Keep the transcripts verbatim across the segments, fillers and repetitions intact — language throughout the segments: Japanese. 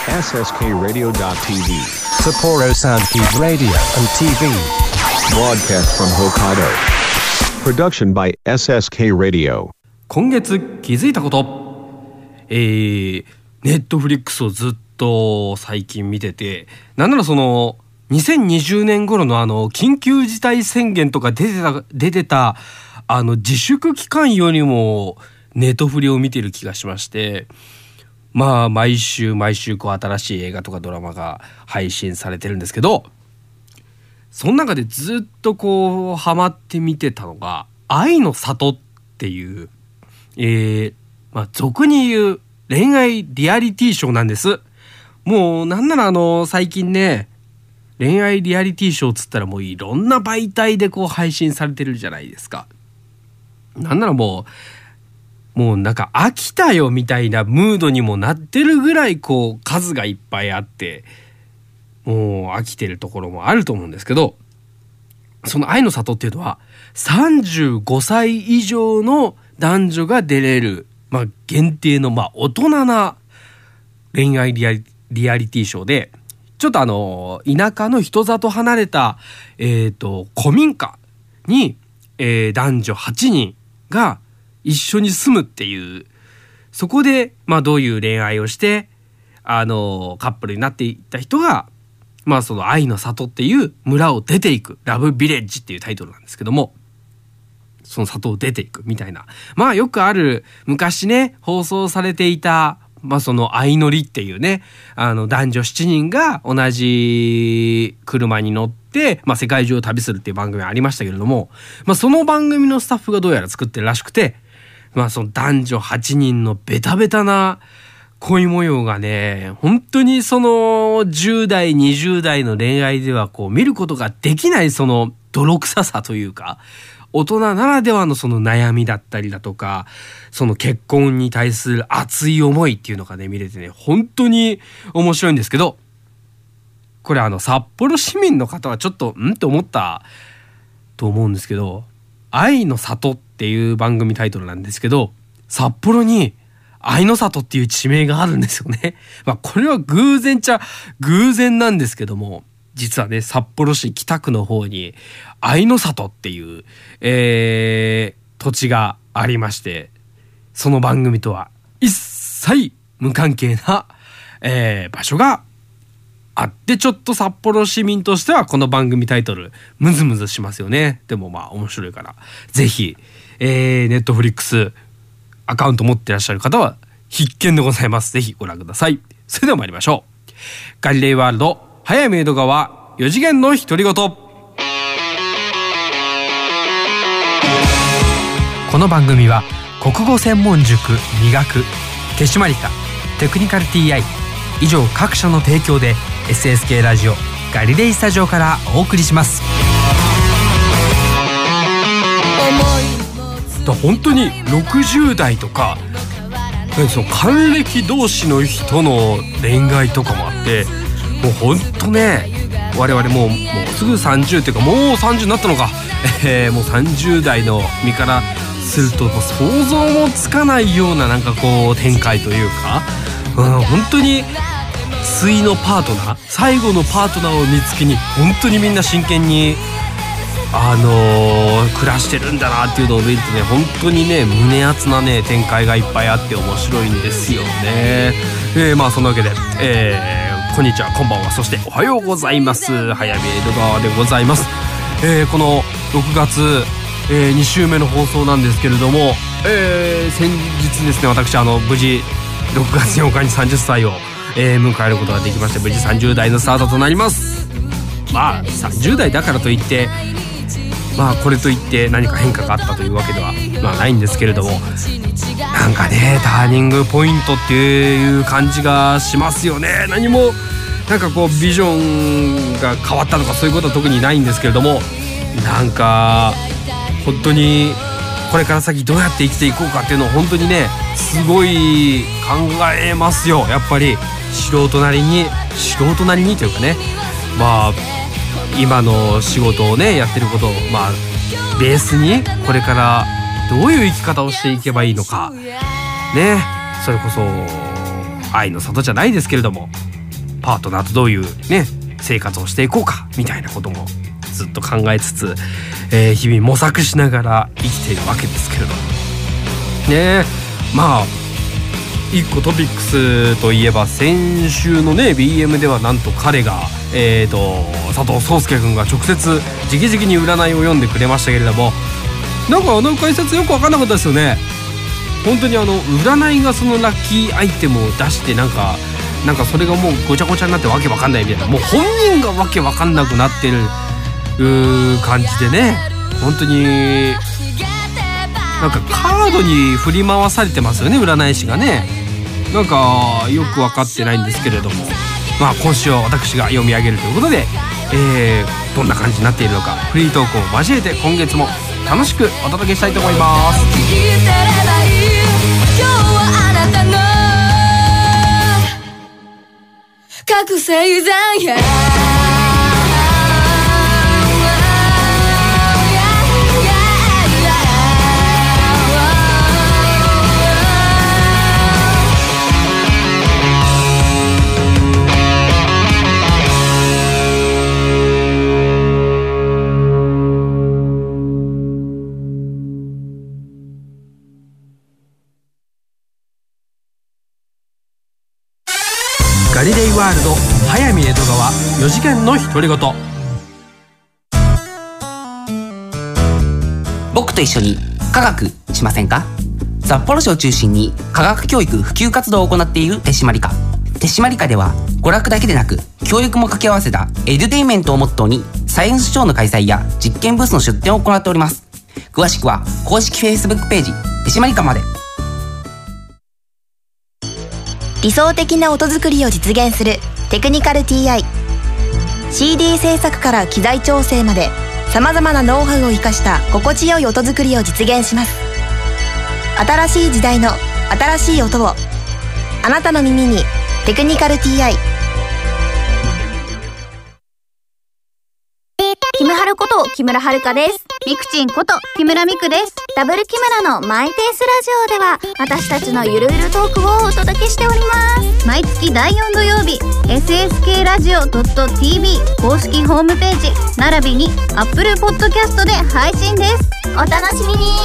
エスエスケー radio.tv Sapporo Soundkeep Radio and ティーブイ broadcast from Hokkaido production by エスエスケー radio。 今月気づいたこと、えー、ネットフリックスをずっと最近見てて、なんならそのにせんにじゅうねん頃のあの緊急事態宣言とか出てた出てたあの自粛期間よりもネットフリを見てる気がしまして、まあ毎週毎週こう新しい映画とかドラマが配信されてるんですけど、その中でずっとこうハマって見てたのが愛の里っていう、えー、まあ俗に言う恋愛リアリティショーなんです。もうなんならあの最近ね、恋愛リアリティショーっつったらもういろんな媒体でこう配信されてるじゃないですか。なんならもうもうなんか飽きたよみたいなムードにもなってるぐらいこう数がいっぱいあって、もう飽きてるところもあると思うんですけど、その愛の里っていうのはさんじゅうごさい以上の男女が出れる、まあ、限定のまあ大人な恋愛リアリ、リアリティショーで、ちょっとあの田舎の人里離れた、えーと、古民家に、えー、男女はちにんが一緒に住むっていう、そこでまあどういう恋愛をしてあのカップルになっていった人が、まあその愛の里っていう村を出ていく、ラブビレッジっていうタイトルなんですけども、その里を出ていくみたいな、まあよくある昔ね放送されていた、まあその相乗りっていうね、あの男女しちにんが同じ車に乗ってまあ世界中を旅するっていう番組ありましたけれども、まあその番組のスタッフがどうやら作ってるらしくて、まあその男女はちにんのベタベタな恋模様がね、本当にそのじゅう代にじゅう代の恋愛ではこう見ることができないその泥臭さというか、大人ならではのその悩みだったりだとか、その結婚に対する熱い思いっていうのがね見れてね、本当に面白いんですけど、これあの札幌市民の方はちょっとんって思ったと思うんですけど、愛の里っていう番組タイトルなんですけど、札幌に愛の里っていう地名があるんですよね。まあこれは偶然ちゃ偶然なんですけども、実はね札幌市北区の方に愛の里っていう、えー、土地がありまして、その番組とは一切無関係な、えー、場所があって、ちょっと札幌市民としてはこの番組タイトルムズムズしますよね。でもまあ面白いからぜひ、えー、ネットフリックスアカウント持ってらっしゃる方は必見でございます。ぜひご覧ください。それでは参りましょう。ガリレイワールド早見江戸川よ次元の独り言。この番組は国語専門塾磨く、手締まりか、テクニカル ティーアイ 以上各社の提供で エスエスケー ラジオガリレイスタジオからお送りします。本当にろくじゅう代とかその還暦同士の人の恋愛とかもあって、もう本当ね、我々もう、もうすぐさんじゅうっていうかもうさんじゅうになったのか、えー、もうさんじゅう代の身からするともう想像もつかないようななんかこう展開というか、うん、本当に対のパートナー、最後のパートナーを見つけに本当にみんな真剣にあのー、暮らしてるんだなっていうのを見るとね、本当にね胸熱なね展開がいっぱいあって面白いんですよね。えー、まあそんなわけで、えー、こんにちは、こんばんは、そしておはようございます。早見江戸川でございます。えー、このろくがつ、えー、に週目の放送なんですけれども、えー、先日ですね、私あの無事ろくがつようかにさんじゅっさいを、えー、迎えることができまして、無事さんじゅう代のスタートとなります。まあさんじゅう代だからといってまあこれといって何か変化があったというわけでは、まあ、ないんですけれども、なんかねターニングポイントっていう感じがしますよね。何もなんかこうビジョンが変わったとかそういうことは特にないんですけれども、なんか本当にこれから先どうやって生きていこうかっていうのを本当にねすごい考えますよ。やっぱり素人なりに素人なりにというかね、まあ今の仕事をねやってることをまあベースにこれからどういう生き方をしていけばいいのかね、それこそ愛の里じゃないですけれども、 パートナーとどういうね生活をしていこうかみたいなこともずっと考えつつ、えー、日々模索しながら生きているわけですけれどもね。まあ一個トピックスといえば先週のね ビーエム ではなんと彼がえーと佐藤壮介君が直接直々に占いを読んでくれましたけれども、なんかあの解説よく分かんなかったですよね。本当にあの占いがそのラッキーアイテムを出してなんかなんかそれがもうごちゃごちゃになってわけわかんないみたいな、もう本人がわけわかんなくなってる感じでね、本当になんかカードに振り回されてますよね占い師がね。なんかよく分かってないんですけれども、まあ今週は私が読み上げるということで、えー、どんな感じになっているのかフリートークを交えて今月も楽しくお届けしたいと思います。 覚醒剤やガリレイワールド早見江戸川よ次元の独り言。 僕と一緒に科学しませんか？札幌市を中心に科学教育普及活動を行っている手締まり課。手締まり課では娯楽だけでなく教育も掛け合わせたエデュテインメントをモットーにサイエンスショーの開催や実験ブースの出展を行っております。詳しくは公式 Facebook ページ手締まり課まで。 理想的な音作りを実現するテクニカル ティーアイ。 シーディー 制作から機材調整までさまざまなノウハウを生かした心地よい音作りを実現します。新しい時代の新しい音をあなたの耳に。テクニカル ティーアイ。 キムハルこと木村遥です。ミクチンこと木村ミクです。ダブル木村のマイペースラジオでは私たちのゆるゆるトークをお届けしております。毎月だいよん土曜日 エスエスケーラジオ ドットティービー 公式ホームページ並びに Apple Podcast で配信です。お楽しみに。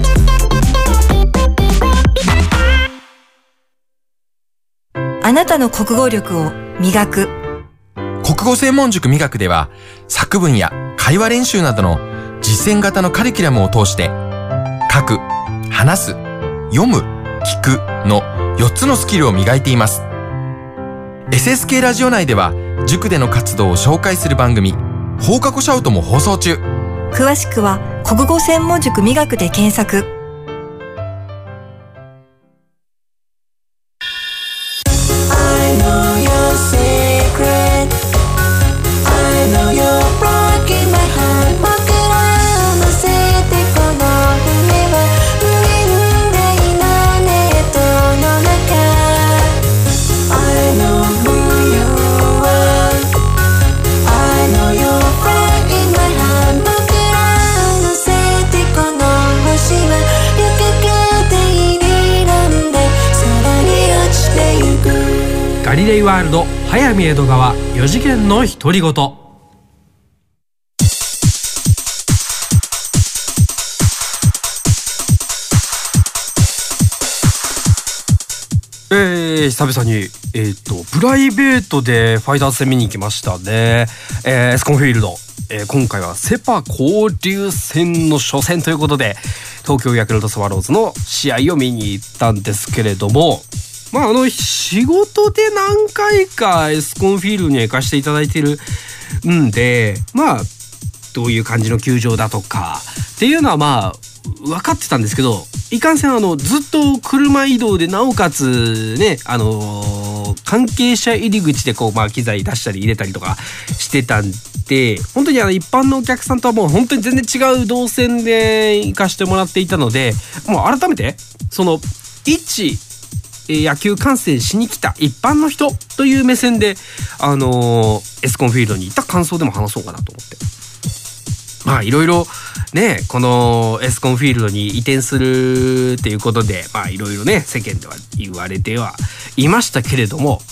あなたの国語力を磨く国語専門塾磨くでは作文や会話練習などの実践型のカリキュラムを通して書く、話す、読む、聞くのよっつのスキルを磨いています。 エスエスケー ラジオ内では塾での活動を紹介する番組放課後シャウトも放送中。 詳しくは国語専門塾磨くで検索。 ガリレイワールド早見江戸川よ次元の独り言。えー、久々に、えー、とプライベートでファイターズ戦見に行きましたね。えー、エスコンフィールド、えー、今回はセパ交流戦の初戦ということで東京ヤクルトスワローズの試合を見に行ったんですけれども、まああの仕事で何回かエスコンフィールドには行かせていただいてるんで、まあどういう感じの球場だとかっていうのはまあ分かってたんですけど、いかんせんあのずっと車移動でなおかつねあのー、関係者入り口でこうまあ機材出したり入れたりとかしてたんで、本当にあの一般のお客さんとはもう本当に全然違う動線で行かしてもらっていたので、もう改めてその一野球観戦しに来た一般の人という目線であのー、エスコンフィールドに行った感想でも話そうかなと思って、まあいろいろねこのエスコンフィールドに移転するっていうことでまあいろいろね世間では言われてはいましたけれども、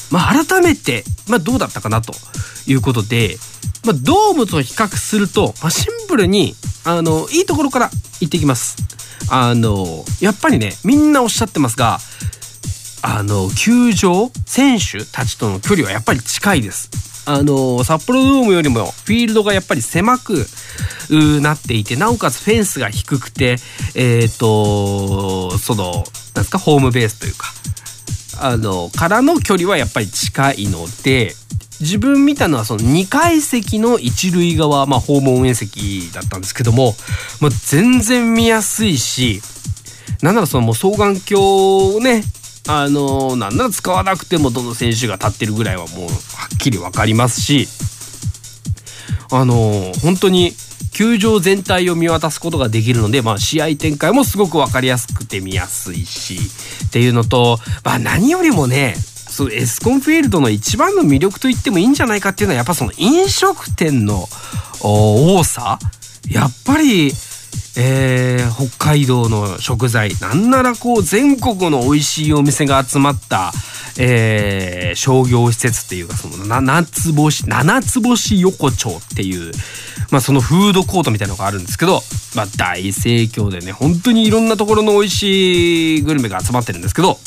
まあ、改めて、まあ、どうだったかなということで、まあ、ドームと比較すると、まあ、シンプルにあのいいところから言っていきます。あのやっぱりね、みんなおっしゃってますが、あの球場選手たちとの距離はやっぱり近いです。あの札幌ドームよりもフィールドがやっぱり狭くなっていて、なおかつフェンスが低くて、えっとそのなんですか、ホームベースというかあのからの距離はやっぱり近いので、自分見たのはそのにかい席の一塁側、まあ、ホーム応援席だったんですけども、まあ、全然見やすいし、なんならそのもう双眼鏡をね、あのなんなら使わなくてもどの選手が立ってるぐらいはもうはっきり分かりますし、あの本当に球場全体を見渡すことができるので、まあ、試合展開もすごく分かりやすくて見やすいしっていうのと、まあ、何よりもね、そうエスコンフィールドの一番の魅力と言ってもいいんじゃないかっていうのは、やっぱその飲食店の多さ、やっぱりえー、北海道の食材、なんならこう全国の美味しいお店が集まった、えー、商業施設っていうか、その七つ星七つ星横丁っていう、まあ、そのフードコートみたいなのがあるんですけど、まあ、大盛況でね、本当にいろんなところの美味しいグルメが集まってるんですけど、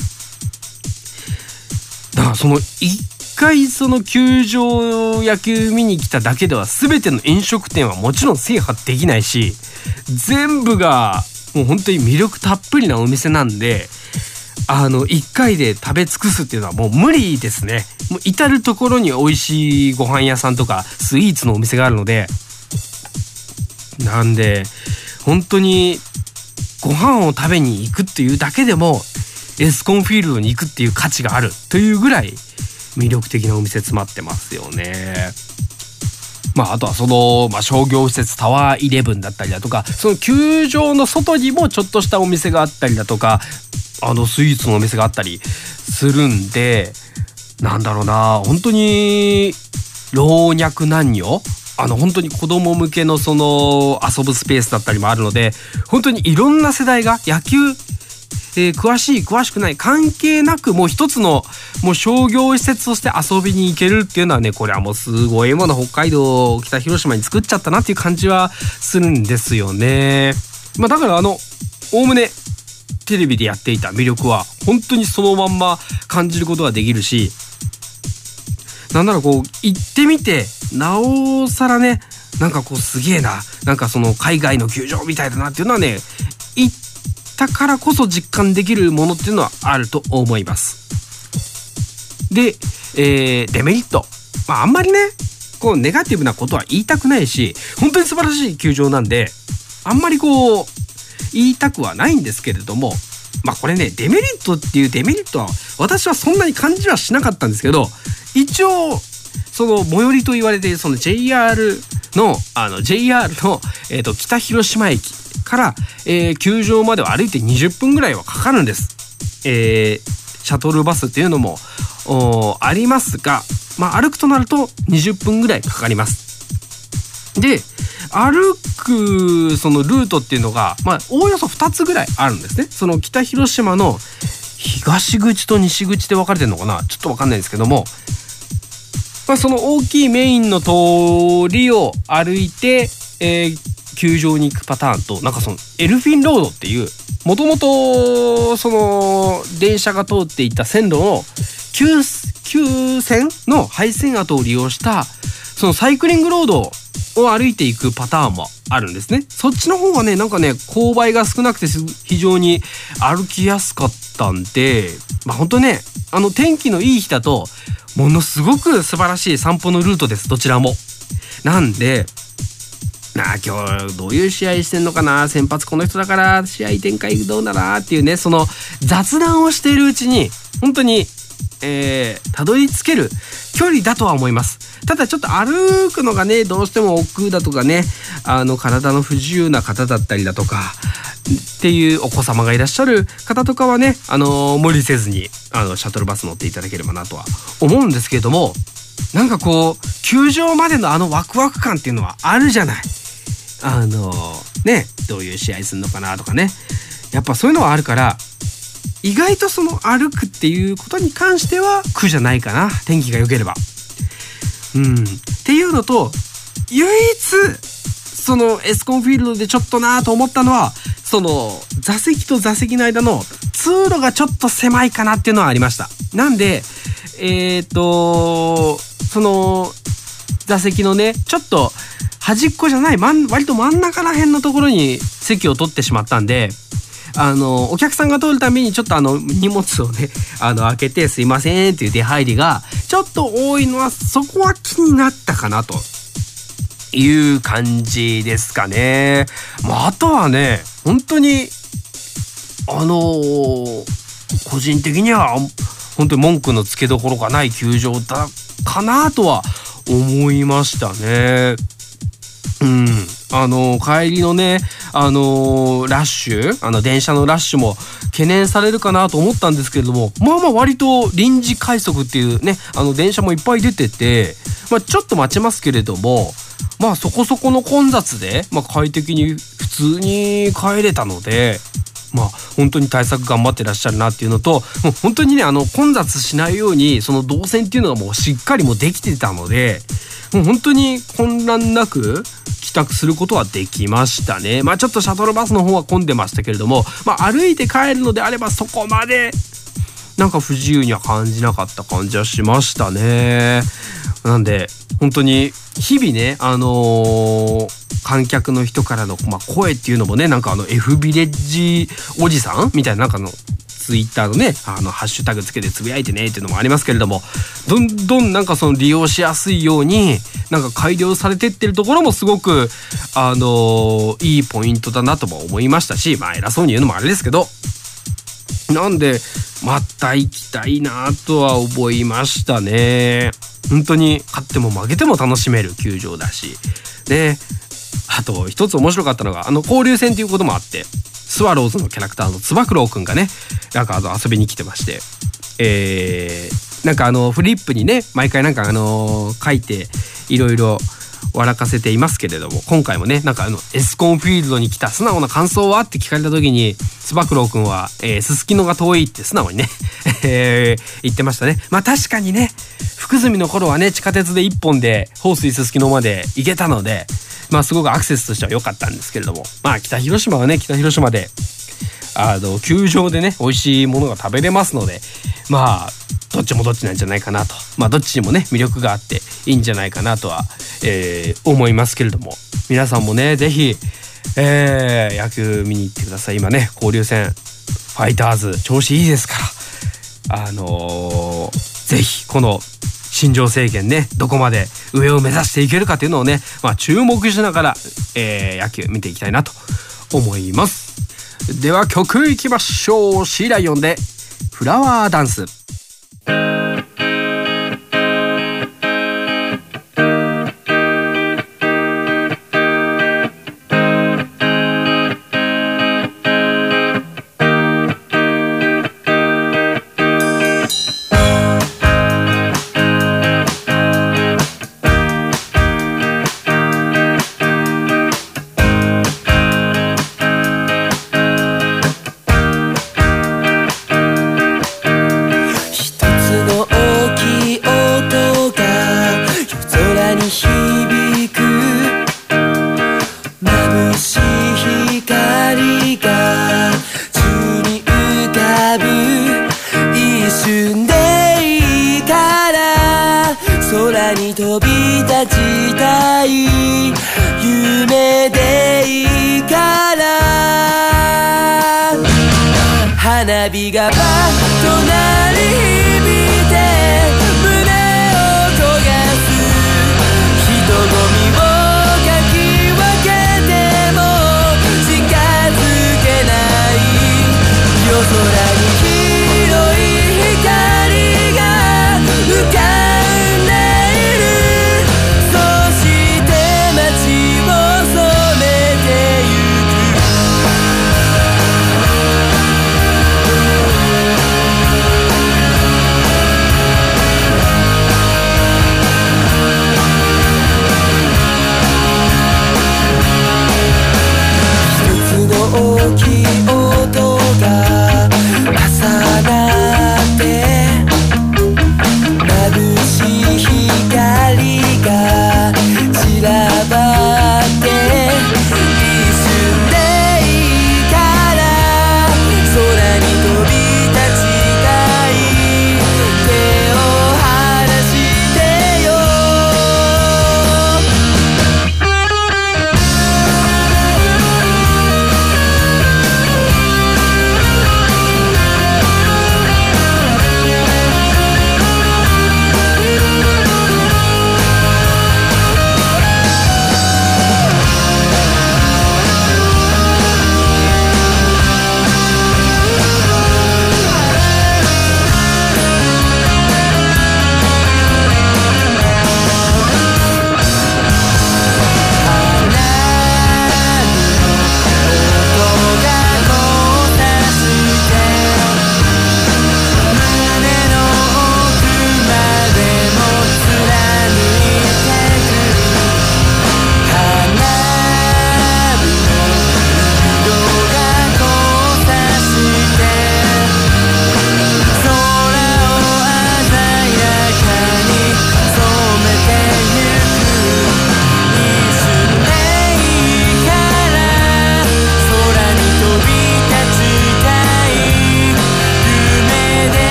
だからその一回その球場野球見に来ただけでは全ての飲食店はもちろん制覇できないし、全部がもう本当に魅力たっぷりなお店なんで、あのいっかいで食べ尽くすっていうのはもう無理ですね。もう至る所に美味しいご飯屋さんとかスイーツのお店があるので、なんで本当にご飯を食べに行くっていうだけでもエスコンフィールドに行くっていう価値があるというぐらい魅力的なお店詰まってますよね。まあ、あとはその、まあ、商業施設タワーイレブンだったりだとか、その球場の外にもちょっとしたお店があったりだとか、あのスイーツのお店があったりするんで、なんだろうな、本当に老若男女、あの本当に子供向けのその遊ぶスペースだったりもあるので、本当にいろんな世代が野球、えー、詳しい詳しくない関係なく、もう一つのもう商業施設として遊びに行けるっていうのはね、これはもうすごいもの北海道北広島に作っちゃったなっていう感じはするんですよね。まあ、だからあのおおむねテレビでやっていた魅力は本当にそのまんま感じることができるし、なんならこう行ってみてなおさらね、なんかこうすげえな、なんかその海外の球場みたいだなっていうのはね、行ったからこそ実感できるものっていうのはあると思います。で、えー、デメリット、まああんまりねこうネガティブなことは言いたくないし、本当に素晴らしい球場なんであんまりこう言いたくはないんですけれども、まあこれね、デメリットっていうデメリットは私はそんなに感じはしなかったんですけど、一応その最寄りと言われているその ジェイアール のあの ジェイアール の、えー、と北広島駅から、えー、球場までは歩いてにじゅっぷんぐらいはかかるんです。えー、シャトルバスっていうのもありますが、まあ歩くとなるとにじゅっぷんぐらいかかります。で、歩くそのルートっていうのが、まあおおよそふたつぐらいあるんですね。その北広島の東口と西口で分かれてるのかな、ちょっと分かんないんですけども、まあ、その大きいメインの通りを歩いて、えー、球場に行くパターンと、なんかそのエルフィンロードっていうもともとその電車が通っていた線路の旧旧線の廃線跡を利用したそのサイクリングロードを歩いていくパターンもあるんですね。そっちの方がね、なんかね勾配が少なくて非常に歩きやすかったんで、まあ本当ね、あの天気のいい日だとものすごく素晴らしい散歩のルートです、どちらも。なんでなあ、今日どういう試合してんのかな、先発この人だから試合展開どうだなっていうね、その雑談をしているうちに本当にえー、たどり着ける距離だとは思います。ただちょっと歩くのがねどうしても億劫だとかね、あの体の不自由な方だったりだとかっていうお子様がいらっしゃる方とかはね、あのー、無理せずにあのシャトルバス乗っていただければなとは思うんですけれども、なんかこう球場までのあのワクワク感っていうのはあるじゃない。あのー、ねどういう試合するのかなとかね、やっぱそういうのはあるから、 意外とその歩くっていうことに関しては苦じゃないかな、天気が良ければ。うんっていうのと、唯一そのエスコンフィールドでちょっとなと思ったのは、その座席と座席の間の通路がちょっと狭いかなっていうのはありました。なんでえっとその座席のねちょっと端っこじゃない、割と真ん中ら辺のところに席を取ってしまったんで、あのお客さんが通るためにちょっとあの荷物をねあの開けてすいませんっていう出入りがちょっと多いのは、そこは気になったかなという感じですかね。まあ、あとはね本当にあのー、個人的には本当に文句のつけどころがない球場だかなとは思いましたね。うん、あの帰りのねあのラッシュあの電車のラッシュも懸念されるかなと思ったんですけれども、まあまあ割と臨時快速っていうねあの電車もいっぱい出てて、まあ、ちょっと待ちますけれども、まあそこそこの混雑で、まあ、快適に普通に帰れたので、まあ本当に対策頑張ってらっしゃるなっていうのと、もう本当にねあの混雑しないようにその動線っていうのがもうしっかりもうできてたので、もう本当に混乱なく帰宅することはできましたね。まあちょっとシャトルバスの方は混んでましたけれども、まあ歩いて帰るのであればそこまでなんか不自由には感じなかった感じはしましたね。なんで本当に日々ねあのー、観客の人からの、まあ、声っていうのもねなんかあの F ビレッジおじさんみたいななんかのツイッターのねあのハッシュタグつけてつぶやいてねっていうのもありますけれども、どんどんなんかその利用しやすいようになんか改良されてってるところもすごくあのー、いいポイントだなとも思いましたし、まあ偉そうに言うのもあれですけど、なんでまた行きたいなとは思いましたね。本当に勝っても負けても楽しめる球場だしで、あと一つ面白かったのがあの交流戦ということもあって、スワローズのキャラクターのつば九郎くんがねなんかあの遊びに来てまして、えー、なんかあのフリップにね毎回なんかあの書いていろいろ笑かせていますけれども、今回もねなんかあのエスコンフィールドに来た素直な感想はって聞かれた時につば九郎くんはすすきのが遠いって素直にね言ってましたね。まあ確かにね福住の頃はね地下鉄で一本で豊水すすきのまで行けたので、まあすごくアクセスとしては良かったんですけれども、まあ北広島はね北広島であの球場でね美味しいものが食べれますので、まあどっちもどっちなんじゃないかなと、まあどっちにもね魅力があっていいんじゃないかなとは、えー、思いますけれども、皆さんもねぜひ、えー、野球見に行ってください。今ね交流戦ファイターズ調子いいですからあのー、ぜひこの新庄政権ねどこまで上を目指していけるかというのをね、まあ、注目しながら、えー、野球見ていきたいなと思います。では曲いきましょう。シーライオンでフラワーダンス。 花火がバッと鳴り響いて胸を焦がす、人混みをかき分けても近づけない、夜空に広い光が浮かんでいる、そして街を染めてゆく。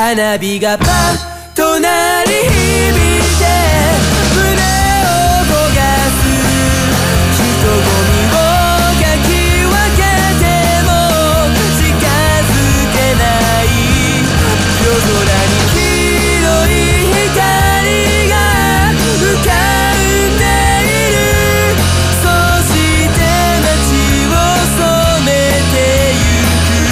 花火がパッと鳴り響いて胸を焦がす人混みをかき分けても近づけない夜空に広い光が浮かんでいるそして街を染めてゆく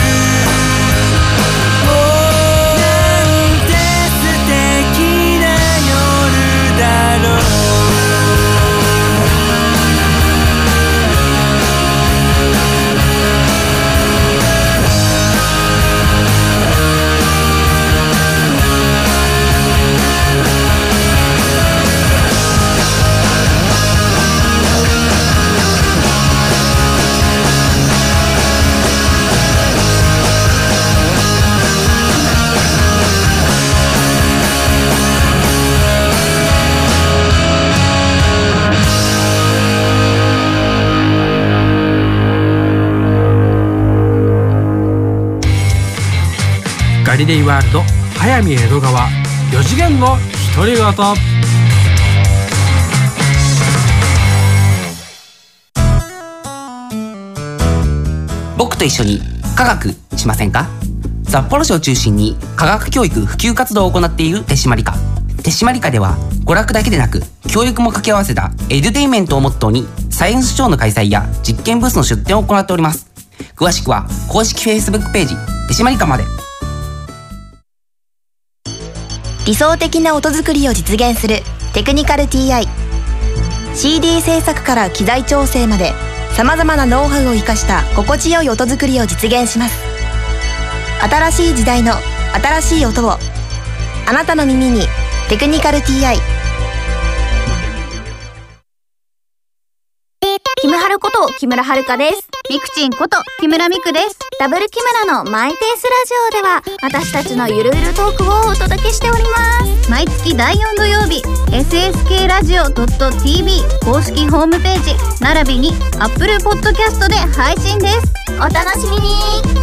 なんて素敵な夜だろうガリレイワールド早見江戸川よ次元の独り言。 僕と一緒に科学しませんか？札幌市を中心に科学教育普及活動を行っている手締まり課。手締まり課では娯楽だけでなく教育も掛け合わせたエデュテインメントをモットーにサイエンスショーの開催や実験ブースの出展を行っております。詳しくは公式 Facebook ページ手締まり課まで。 理想的な音作りを実現するテクニカル ティーアイ。 シーディー 制作から機材調整までさまざまなノウハウを生かした心地よい音作りを実現します。新しい時代の新しい音をあなたの耳に。テクニカル ティーアイ。 キムハルこと木村遥です。ミクチンこと木村ミクです。ダブル木村のマイペースラジオでは私たちのゆるゆるトークをお届けしております。毎月だいよん土曜日 エスエスケー ラジオ ドット ティービー 公式ホームページ並びに Apple Podcast で配信です。お楽しみに。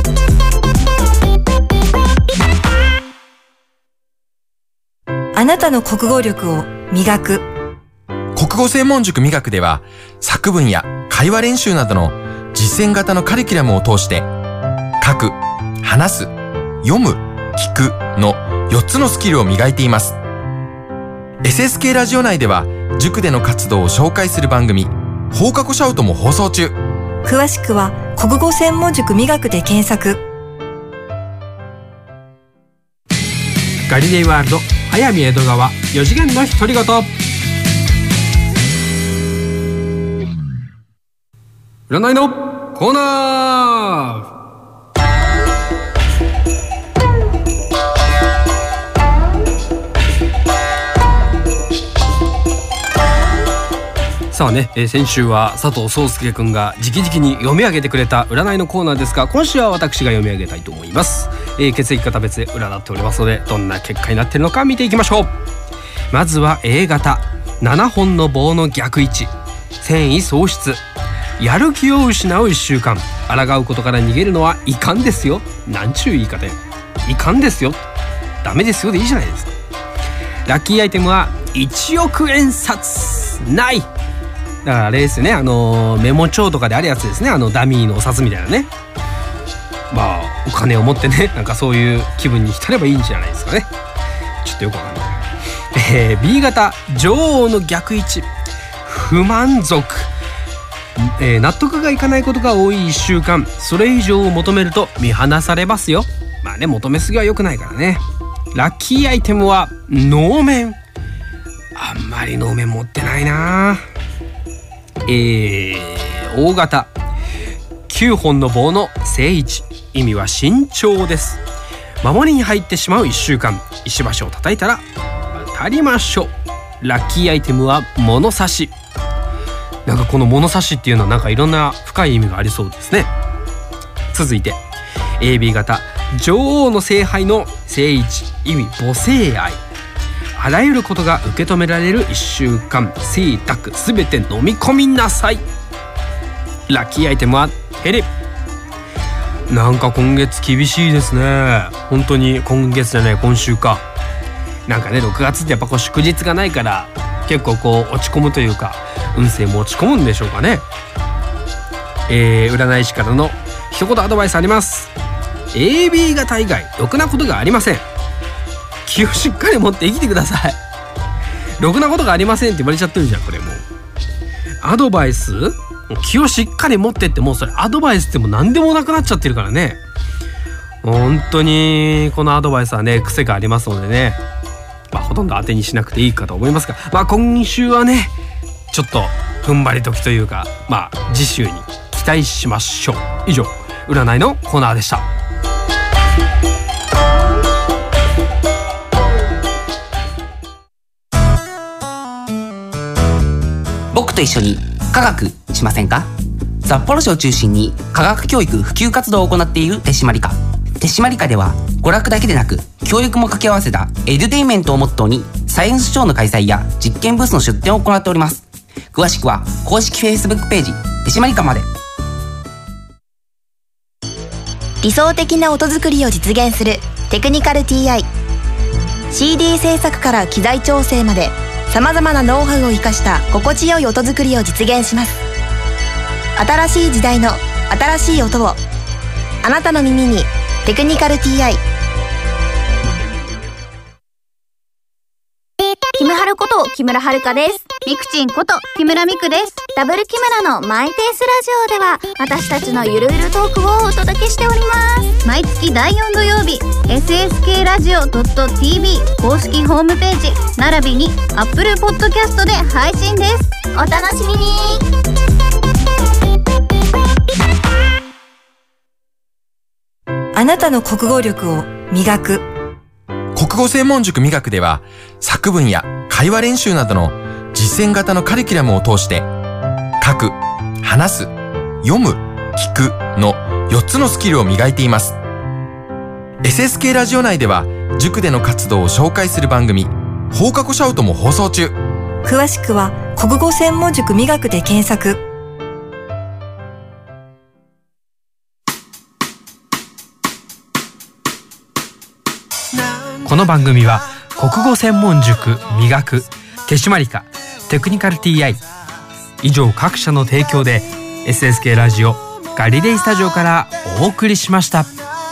あなたの国語力を磨く国語専門塾磨くでは作文や会話練習などの実践型のカリキュラムを通して書く、話す、読む、聞くのよっつのスキルを磨いています。 エスエスケー ラジオ内では塾での活動を紹介する番組放課後シャウトも放送中。 詳しくは国語専門塾磨くで検索。 ガリレイワールド早見江戸川よ次元の独り言。占いのコーナー。さあね、えー、先週は佐藤壮介くんが直々に読み上げてくれた占いのコーナーですが、今週は私が読み上げたいと思います。えー、血液型別で占っておりますので、どんな結果になっているのか見ていきましょう。まずは エー 型、ななほんの棒の逆位置、繊維喪失、やる気を失ういっしゅうかん、抗うことから逃げるのはいかんですよ。なんちゅう言い方や、いかんですよ、ダメですよでいいじゃないですか。ラッキーアイテムはいちおくえん札ない。だからあれですよね、あのメモ帳とかであるやつですね、あのダミーのお札みたいなね。まあお金を持ってね、なんかそういう気分に浸ればいいんじゃないですかね。ちょっとよくわかんない。えー、ビー 型、女王の逆位置、不満足、えー、納得がいかないことが多いいっしゅうかん、それ以上を求めると見放されますよ。まあね、求めすぎは良くないからね。ラッキーアイテムは能面。あんまり能面持ってないな。えー、大型、きゅうほんの棒の正位置、意味は慎重です。守りに入ってしまういっしゅうかん、石橋を叩いたら当たりましょう。ラッキーアイテムは物差し。なんかこの物差しっていうのはなんかいろんな深い意味がありそうですね。続いて エービー 型、女王の聖杯の正位置、意味母性愛。あらゆることが受け止められるいっしゅうかん、清濁すべて飲み込みなさい。ラッキーアイテムはテレビ。 なんか今月厳しいですね。本当に今月じゃない今週か。なんかねろくがつってやっぱこう祝日がないから結構こう落ち込むというか運勢も落ち込むんでしょうかね。えー、占い師からの一言アドバイスあります。 エービー 型以外ろくなことがありません。気をしっかり持って生きてください。ろくなことがありませんって言われちゃってるじゃんこれ。もうアドバイス、気をしっかり持ってってもうそれアドバイスってもう何でもなくなっちゃってるからね。もう本当にこのアドバイスはね癖がありますのでね、まあほとんど当てにしなくていいかと思いますが、まあ今週はねちょっと踏ん張り時というか、まあ次週に期待しましょう。以上占いのコーナーでした。 僕と一緒に科学しませんか？札幌市を中心に科学教育普及活動を行っている手締まり課。手締まり課では娯楽だけでなく教育も掛け合わせたエデュテイメントをモットーにサイエンスショーの開催や実験ブースの出展を行っております。詳しくは公式 Facebook ページ手締まり課まで。 理想的な音作りを実現するテクニカル ティーアイ。 シーディー 制作から機材調整までさまざまなノウハウを生かした心地よい音作りを実現します。新しい時代の新しい音をあなたの耳に。テクニカル ティーアイ。 キムハルこと木村遥です。ミクチンこと木村ミクです。ダブル木村のマイペースラジオでは私たちのゆるゆるトークをお届けしております。毎月だいよん土曜日 エスエスケー ラジオ ドット ティービー 公式ホームページ並びに Apple Podcast で配信です。お楽しみに。 あなたの国語力を磨く国語専門塾磨くでは作文や会話練習などの実践型のカリキュラムを通して書く、話す、読む、聞くのよっつのスキルを磨いています。 エスエスケー ラジオ内では塾での活動を紹介する番組放課後シャウトも放送中。 詳しくは国語専門塾磨くで検索。 この番組は国語専門塾磨く手締まり課テクニカル ティーアイ 以上各社の提供で エスエスケー ラジオガリレイスタジオからお送りしました。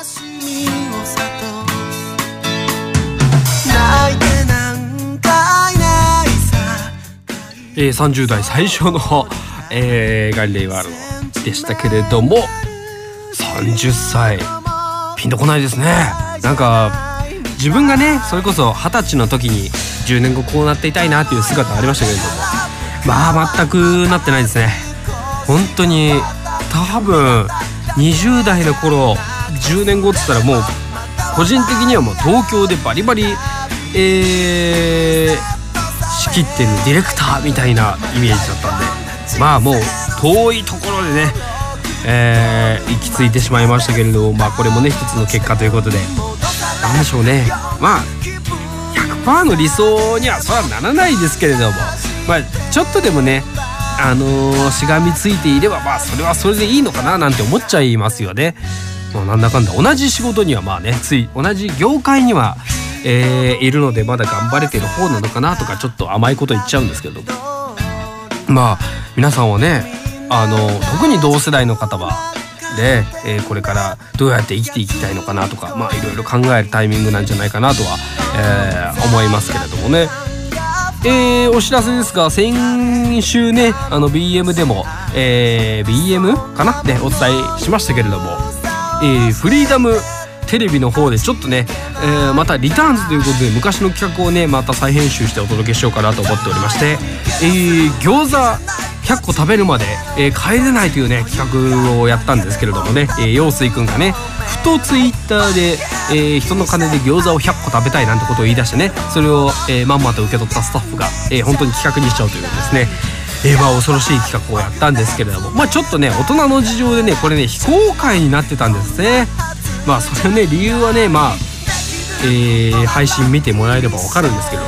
えー、さんじゅう代最初の、えー、ガリレイワールドでしたけれどもさんじゅっさいピンとこないですね。なんか自分がねそれこそはたちの時にじゅうねんごこうなっていたいなっていう姿ありましたけれども、まあ全くなってないですね。本当に多分にじゅう代の頃じゅうねんごって言ったらもう個人的にはもう東京でバリバリ、えー、仕切ってるディレクターみたいなイメージだったんで、まあもう遠いところでね、えー、行き着いてしまいましたけれども、まあこれもね一つの結果ということでなんでしょうね。まあ ひゃくパーセント の理想にはそれはならないですけれども、まあちょっとでもねあのー、しがみついていればまあそれはそれでいいのかななんて思っちゃいますよね。もうなんだかんだ同じ仕事にはまあねつい同じ業界には、えー、いるのでまだ頑張れてる方なのかなとかちょっと甘いこと言っちゃうんですけど、まあ皆さんはねあの特に同世代の方はで、えー、これからどうやって生きていきたいのかなとかまあいろいろ考えるタイミングなんじゃないかなとは、えー、思いますけれどもね。えー、お知らせですが先週ねあの ビーエム でも、えー、ビーエム かなでお伝えしましたけれども、えー、フリーダムテレビの方でちょっとね、えー、またリターンズということで昔の企画をねまた再編集してお届けしようかなと思っておりまして、えー、餃子ひゃっこ食べるまで、えー、帰れないというね企画をやったんですけれどもね、えー、陽水くんがねふとツイッターで、えー、人の金で餃子をひゃっこ食べたいなんてことを言い出してねそれを、えー、まんまと受け取ったスタッフが、えー、本当に企画にしちゃうというですね、えー、まあ恐ろしい企画をやったんですけれども、まあちょっとね大人の事情でねこれね非公開になってたんですね。まあそれね理由はねまあ、えー、配信見てもらえれば分かるんですけど、まあ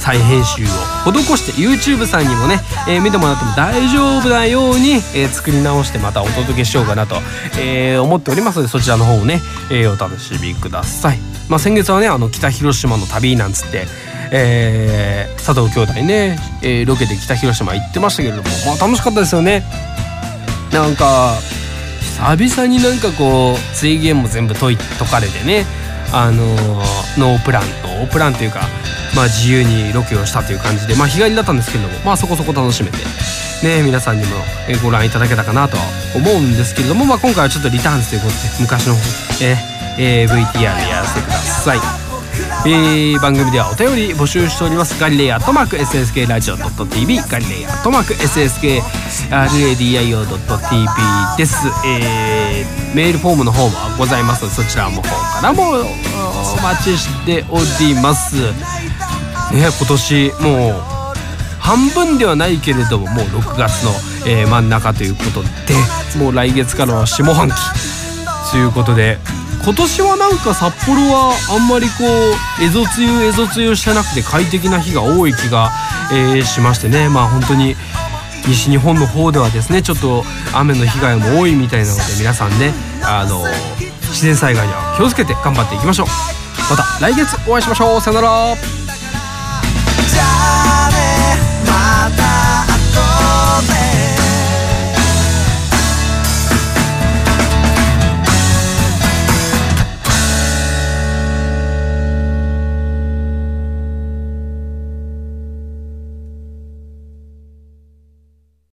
再編集を施して YouTube さんにもね、えー、見てもらっても大丈夫なように、えー、作り直してまたお届けしようかなと、えー、思っておりますので、そちらの方をね、えー、お楽しみください。まあ、先月はねあの北広島の旅なんつって、えー、佐藤兄弟ね、えー、ロケで北広島行ってましたけれども、まあ、楽しかったですよね。なんか久々になんかこう制限も全部解い解かれてね、あのー、ノープランノープランというか、まあ、自由にロケをしたという感じで、まあ、日帰りだったんですけれども、まあ、そこそこ楽しめて、ね、皆さんにもご覧いただけたかなとは思うんですけれども、まあ、今回はちょっとリターンズということで昔の、ええー、ブイティーアール でやらせてください。えー、番組ではお便り募集しております。ガリレイアットマーク エスエスケー ラジオ ドット ティービー ガリレイアットマーク エスエスケー ラディオ ドット ティービー です、えー、メールフォームの方もございますので、そちらの方からもお待ちしておりますね。今年もう半分ではないけれどももうろくがつの、えー、真ん中ということで、もう来月からは下半期ということで、今年はなんか札幌はあんまりこうエゾ梅雨エゾ梅雨してなくて快適な日が多い気が、えー、しましてね。まあ本当に西日本の方ではですねちょっと雨の被害も多いみたいなので、皆さんねあの自然災害には気をつけて頑張っていきましょう。また来月お会いしましょう。さよなら。